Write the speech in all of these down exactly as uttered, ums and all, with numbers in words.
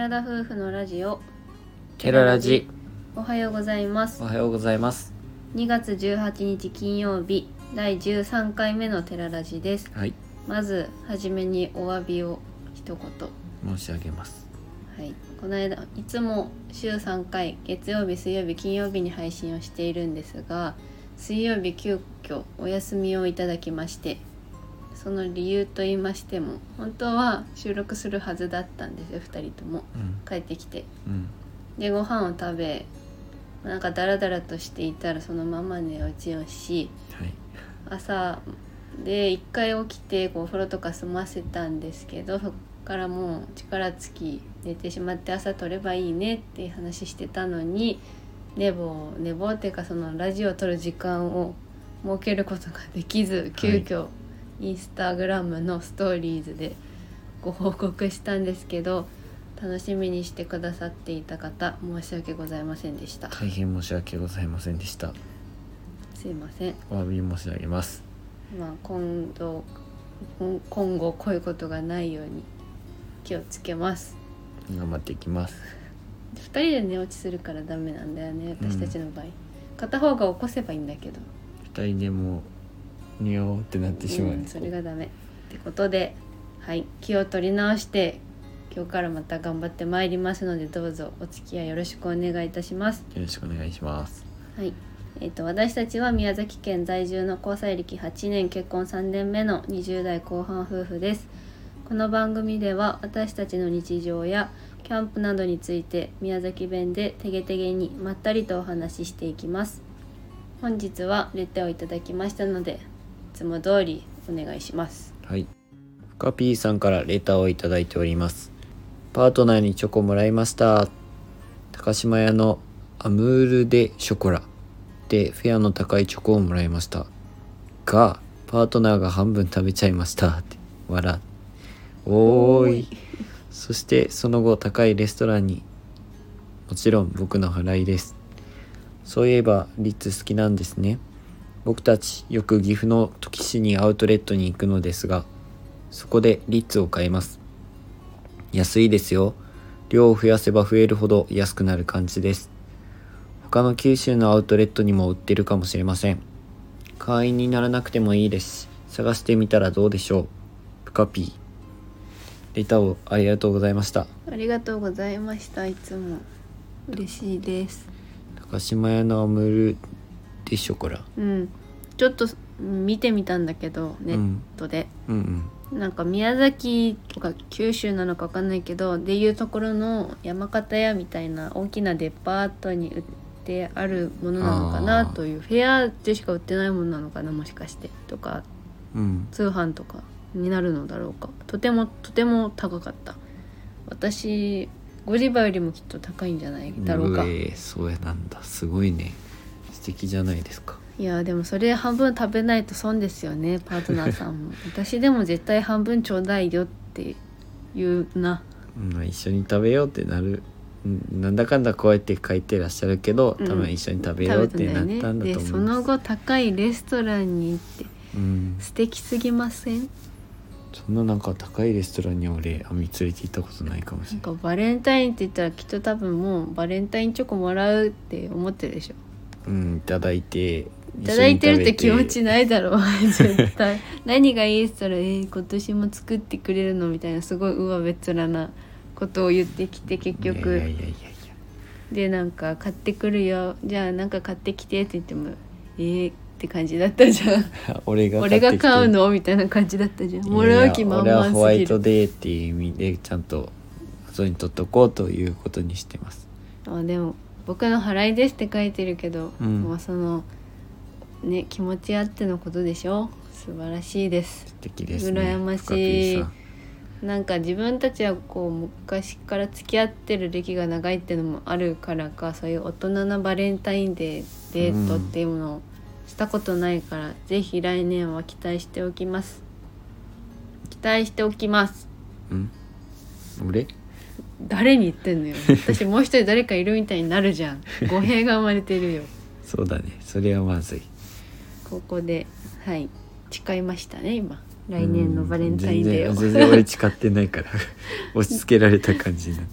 寺田夫婦のラジオテララジ。 おはようございます。 おはようございます。 にがつじゅうはちにち金曜日だいじゅうさんかいめのテララジです。 はい、 まずはじめにお詫びを一言申し上げます。 はい、この間いつも週さんかい月曜日水曜日金曜日に配信をしているんですが、水曜日急遽お休みをいただきまして、その理由と言いましても本当は収録するはずだったんですよ。ふたりともうん帰ってきて、 うん、 でご飯を食べ、なんかダラダラとしていたらそのまま寝落ちをし、 はい、 朝で一回起きてこうお風呂とか済ませたんですけど、そこからもう力尽き寝てしまって、朝撮ればいいねっていう話してたのに、寝坊寝坊っていうかそのラジオを撮る時間を設けることができず、急遽、はい、インスタグラムのストーリーズでご報告したんですけど、楽しみにしてくださっていた方申し訳ございませんでした。 大変申し訳ございませんでした。 すいません。 お詫び申し上げます。 まあ、今度今後こういうことがないように気をつけます。 頑張っていきます。 ふたりで寝落ちするからダメなんだよね、私たちの場合、うん、片方が起こせばいいんだけどふたりでもにょーってなってしまう、うん、 それがダメってことで、はい、気を取り直して今日からまた頑張ってまいりますので、どうぞお付き合いよろしくお願いいたします。 よろしくお願いします。 はい、えーと、私たちは宮崎県在住の交際歴はちねん結婚さんねんめのにじゅう代後半夫婦です。この番組では私たちの日常やキャンプなどについて宮崎弁でてげてげにまったりとお話ししていきます。本日はレターをいただきましたので、いつも通りお願いします。 はい、ふかぴーさんからレターをいただいております。パートナーにチョコもらいました。高島屋のアムールデショコラでフェアの高いチョコをもらいましたが、パートナーが半分食べちゃいましたって笑。おーい。そしてその後高いレストランに、もちろん僕の払いです。そういえばリッツ好きなんですね。僕たちよく岐阜の土岐市にアウトレットに行くのですが、そこでリッツを買います。安いですよ。量を増やせば増えるほど安くなる感じです。他の九州のアウトレットにも売ってるかもしれません。会員にならなくてもいいですし、探してみたらどうでしょう。プカピー。レターをありがとうございました。 ありがとうございました。いつも嬉しいです。 高島屋のアムールデショコラ、 うん、ちょっと見てみたんだけどネットで、 うんうんうん、 なんか宮崎とか九州なのか分かんないけどでいうところの山形屋みたいな大きなデパートに売ってあるものなのかなという、フェアでしか売ってないものなのかな、もしかしてとか、うん、通販とかになるのだろうか。とてもとても高かった。私ゴディバよりもきっと高いんじゃないだろうか。 うえー、そうやなんだ。すごいね。素敵じゃないですか。 いやでもそれ半分食べないと損ですよね、パートナーさんも私でも絶対半分ちょうだいよって言うな、 うん、一緒に食べようってなる。なんだかんだこうやって書いてらっしゃるけど、うん、多分一緒に食べようってなったんだと思うんです。 でその後高いレストランに行って、うん、素敵すぎません？ そんななんか高いレストランに俺あみ連れて行ったことないかもしれない。 なんかバレンタインって言ったらきっと多分もうバレンタインチョコもらうって思ってるでしょ。 うん、いただいていただいてるって気持ちないだろう絶対何がいいって言ったら、えー、今年も作ってくれるのみたいな、すごいうわべっ面なことを言ってきて、結局いやいやいやいやでなんか買ってくるよ、じゃあなんか買ってきてって言ってもえーって感じだったじゃん俺が俺が買うのみたいな感じだったじゃん。もらう気満々すぎる。俺はホワイトデーっていう意味でちゃんと後に取っとこうということにしてます。 あでも僕の払いですって書いてるけど、うん、まあそのね気持ちあってのことでしょ。素晴らしいです。 素敵ですね。 羨ましい。なんか自分たちはこう昔から付き合ってる歴が長いっていうのもあるからか、そういう大人なバレンタインデーデートっていうものをしたことないから、うん、ぜひ来年は期待しておきます。期待しておきます。 うん俺誰に言ってんのよ私もう一人誰かいるみたいになるじゃん語弊が生まれてるよそうだね、それはまずい。 ここではい誓いましたね。今来年のバレンタインデーを全然、全然俺誓ってないから押し付けられた感じになってる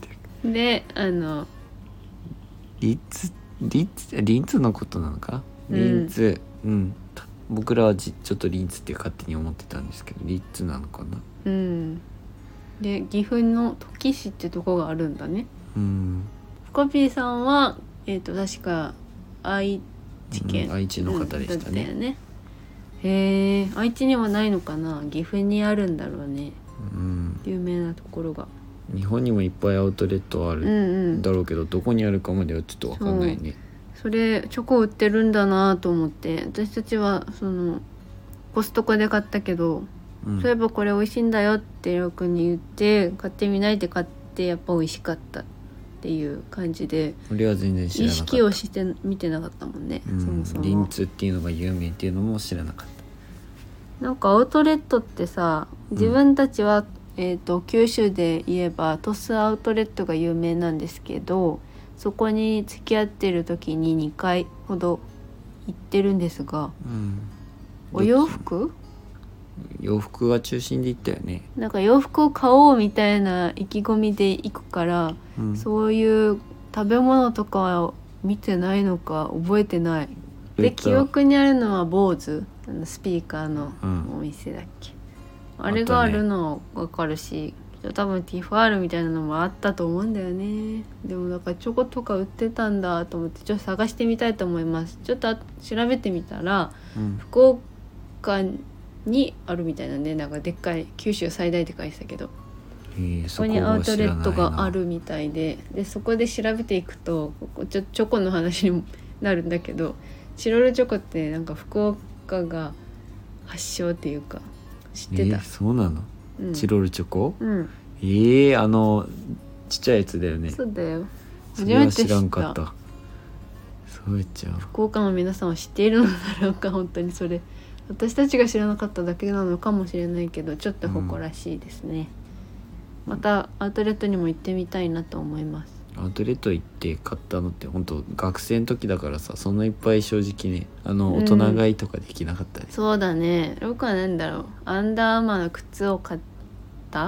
であのリッツリッツリンツのことなのか、 うんリンツうん僕らはじちょっとリンツって勝手に思ってたんですけどリッツなのかな。 うんで岐阜の土岐市ってとこがあるんだね。 うんフカピーさんはえっ、と確か愛知県、 うん愛知の方でしたねうんだったよね。へえ愛知にはないのかな。岐阜にあるんだろうね、 うん有名なところが。 日本にもいっぱいアウトレットあうんるうんだろうけど、どこにあるかまではちょっと分かんないね。 それチョコ売ってるんだなと思って、私たちはそのコストコで買ったけど、 うんそういえばこれ美味しいんだよってよくに言って買ってみないって買ってやっぱ美味しかったっていう感じで、 俺は全然知ら意なかった。 識をして見てなかったもんね、 うん、 そもそもリンツっていうのが有名っていうのも知らなかっなんかアウトレットってさ、自分たちは、えーと九州で言えば鳥栖アウトレットが有名なんですけど、そこに付き合ってる時ににかいほど行ってるんですが、 た。うんお洋服洋服が中心で行ったよね。 なんか洋服を買おうみたいな意気込みで行くから、 うんそういう食べ物とかは見てないのか覚えてないで、記憶にあるのは坊主あのスピーカーのお店だっけ、あれがあるの分かるし、多分ティファールみたいなのもあったと思うんだよね。でもだからチョコとか売ってたんだと思ってちょっと探してみたいと思います。ちょっと調べてみたら、 うん福岡にあるみたいなんで、なんかでっかい九州最大って書いてたけど、 えーそこにアウトレットがあ。 そこは知らないなるみたいで、でそこで調べていくと、ここちょチョコの話にもなるんだけど、チロルチョコってなんか福岡が発祥っていうか知ってた？ えーそうなの、 うん、 チロルチョコ。 うんえー、あのちっちゃいやつだよね。 そうだよ。 それは知らんかった。そうやっちゃう。 福岡の皆さんは知っているのだろうか。本当にそれ私たちが知らなかっただけなのかもしれないけど、ちょっと誇らしいですね、うん、またアウトレットにも行ってみたいなと思います。 アウトレット行って買ったのって本当学生の時だからさ、そんないっぱい正直ね、あの大人買いとかできなかったね、 うん、そうだね。僕はなんだろう、アンダーアーマーの靴を買った。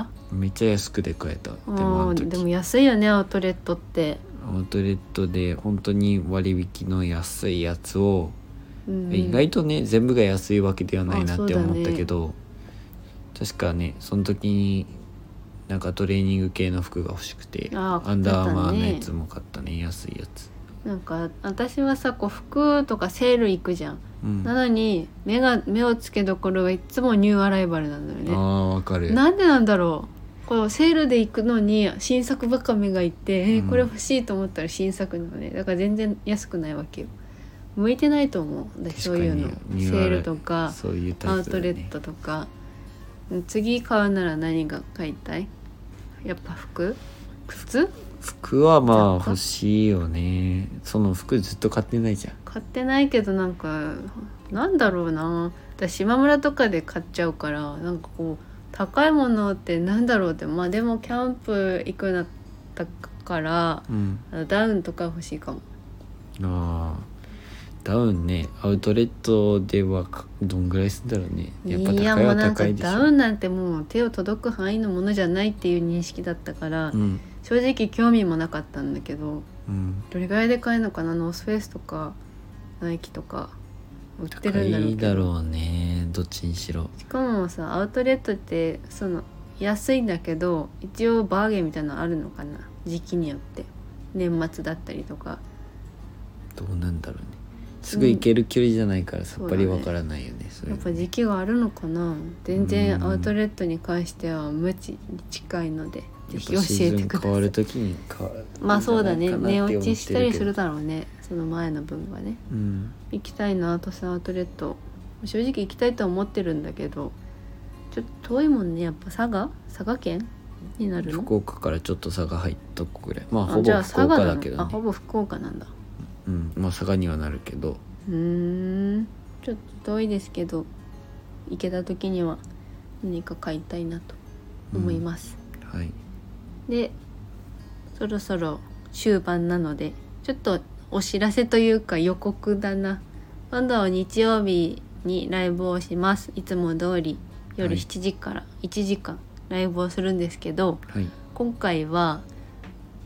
めっちゃ安くで買えた。でもあの時でも安いよねアウトレットって。 アウトレットで本当に割引の安いやつを、うん、意外とね全部が安いわけではないなって思ったけど、ね、確かねその時になんかトレーニング系の服が欲しくて、 あアンダーアーマーのやつも買ったね、安いやつ。 なんか私はさ、こう服とかセール行くじゃん、うん、なのに目が目をつけどころがいつもニューアライバルなんだよね。 あーわかる。 なんでなんだろう。こうセールで行くのに新作ばっか目がいって、うん、えー、これ欲しいと思ったら新作なのね。だから全然安くないわけよ。向いてないと思う。私そういうのセールとかそういうタイプだね、 アウトレットとか。次買うなら何が買いたい？やっぱ服？靴？ 服はまあ欲しいよね。その服ずっと買ってないじゃん。 買ってないけどなんかなんだろうな。私島村とかで買っちゃうから、なんかこう高いものってなんだろうって。まあでもキャンプ行くなったから、うん、ダウンとか欲しいかも。 ああ、ダウンね。アウトレットではどんぐらいするんだろうね。やっぱ高いは高いでしょ。 いやもうなんかダウンなんてもう手を届く範囲のものじゃないっていう認識だったから、うん、正直興味もなかったんだけど、うん、どれぐらいで買えるのかな。ノースフェイスとかナイキとか売ってるんだろうけど。 高いだろうね、どっちにしろ。 しかもさ、アウトレットってその安いんだけど一応バーゲンみたいなのあるのかな、時期によって。年末だったりとか。 どうなんだろうね。すぐ行ける距離じゃないからさっぱりわからないよね。 そうだね。やっぱ時期があるのかな。全然アウトレットに関しては無知に近いので、ぜひ教えてください。 変わる時に変わる。 まあそうだね、値落ちしたりするだろうね、その前の分はね、 うん、 行きたいな。鳥栖アウトレット正直行きたいとは思ってるんだけど、ちょっと遠いもんね。やっぱ佐賀佐賀県になるの。 福岡からちょっと佐賀入ったとこぐらい。まあほぼ福岡だけどね。 あ、ほぼ福岡なんだ。 うん、まあ佐賀にはなるけど、 うーん、ちょっと遠いですけど行けた時には何か買いたいなと思います、 うん、はい。 でそろそろ終盤なので、ちょっとお知らせというか予告だな。今度は日曜日にライブをします。いつも通り夜しちじからいちじかんライブをするんですけど、はい、今回は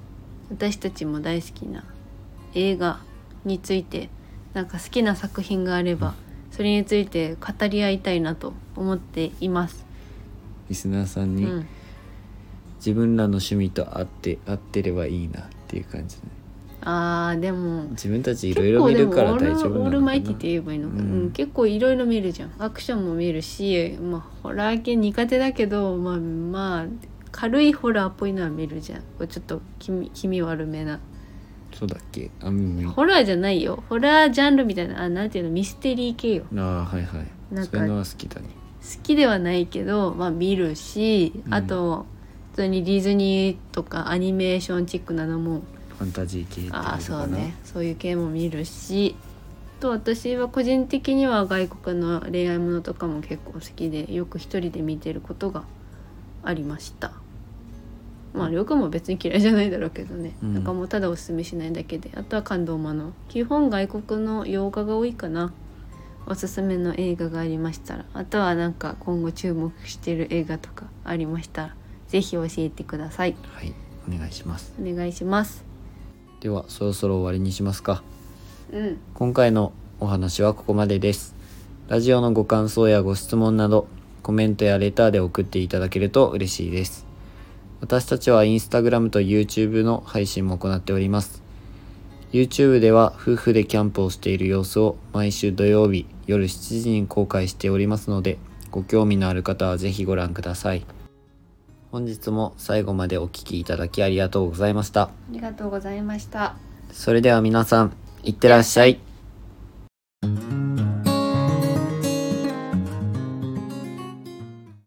私たちも大好きな映画についてなんか好きな作品があればそれについて語り合いたいなと思っています。 リスナーさんに、 うん、 自分らの趣味と合って合ってればいいなっていう感じね。 あーでも自分たちいろいろ見るから大丈夫なのかな。 オールマイティって言えばいいのかな、 うんうん、結構いろいろ見るじゃん。アクションも見るし、まあ、ホラー系苦手だけどまあまあ軽いホラーっぽいのは見るじゃん。これちょっと気味、気味悪めな。 そうだっけ。あ、うん、 ホラーじゃないよ。ホラージャンルみたいな、あ、なんていうの、ミステリー系よ。 あーはいはい。 なんかそういうのは好きだね。 好きではないけど、まあ見るし、 うんあと普通にディズニーとかアニメーションチックなのも、 ファンタジー系っていうのかな。 ああそうね、そういう系も見るし、と私は個人的には外国の恋愛ものとかも結構好きで、よく一人で見てることがありました。まありょうくんも別に嫌いじゃないだろうけどね、うん、なんかもうただおすすめしないだけで、あとは感動もの、基本外国の洋画が多いかな。おすすめの映画がありましたら、あとはなんか今後注目している映画とかありましたらぜひ教えてください。 はい、お願いします。 お願いします。 ではそろそろ終わりにしますか。 うん、 今回のお話はここまでです。ラジオのご感想やご質問などコメントやレターで送っていただけると嬉しいです。私たちはインスタグラムと YouTube の配信も行っております。YouTube では夫婦でキャンプをしている様子を毎週土曜日夜しちじに公開しておりますので、ご興味のある方はぜひご覧ください。本日も最後までお聞きいただきありがとうございました。 ありがとうございました。 それでは皆さん、いってらっしゃい。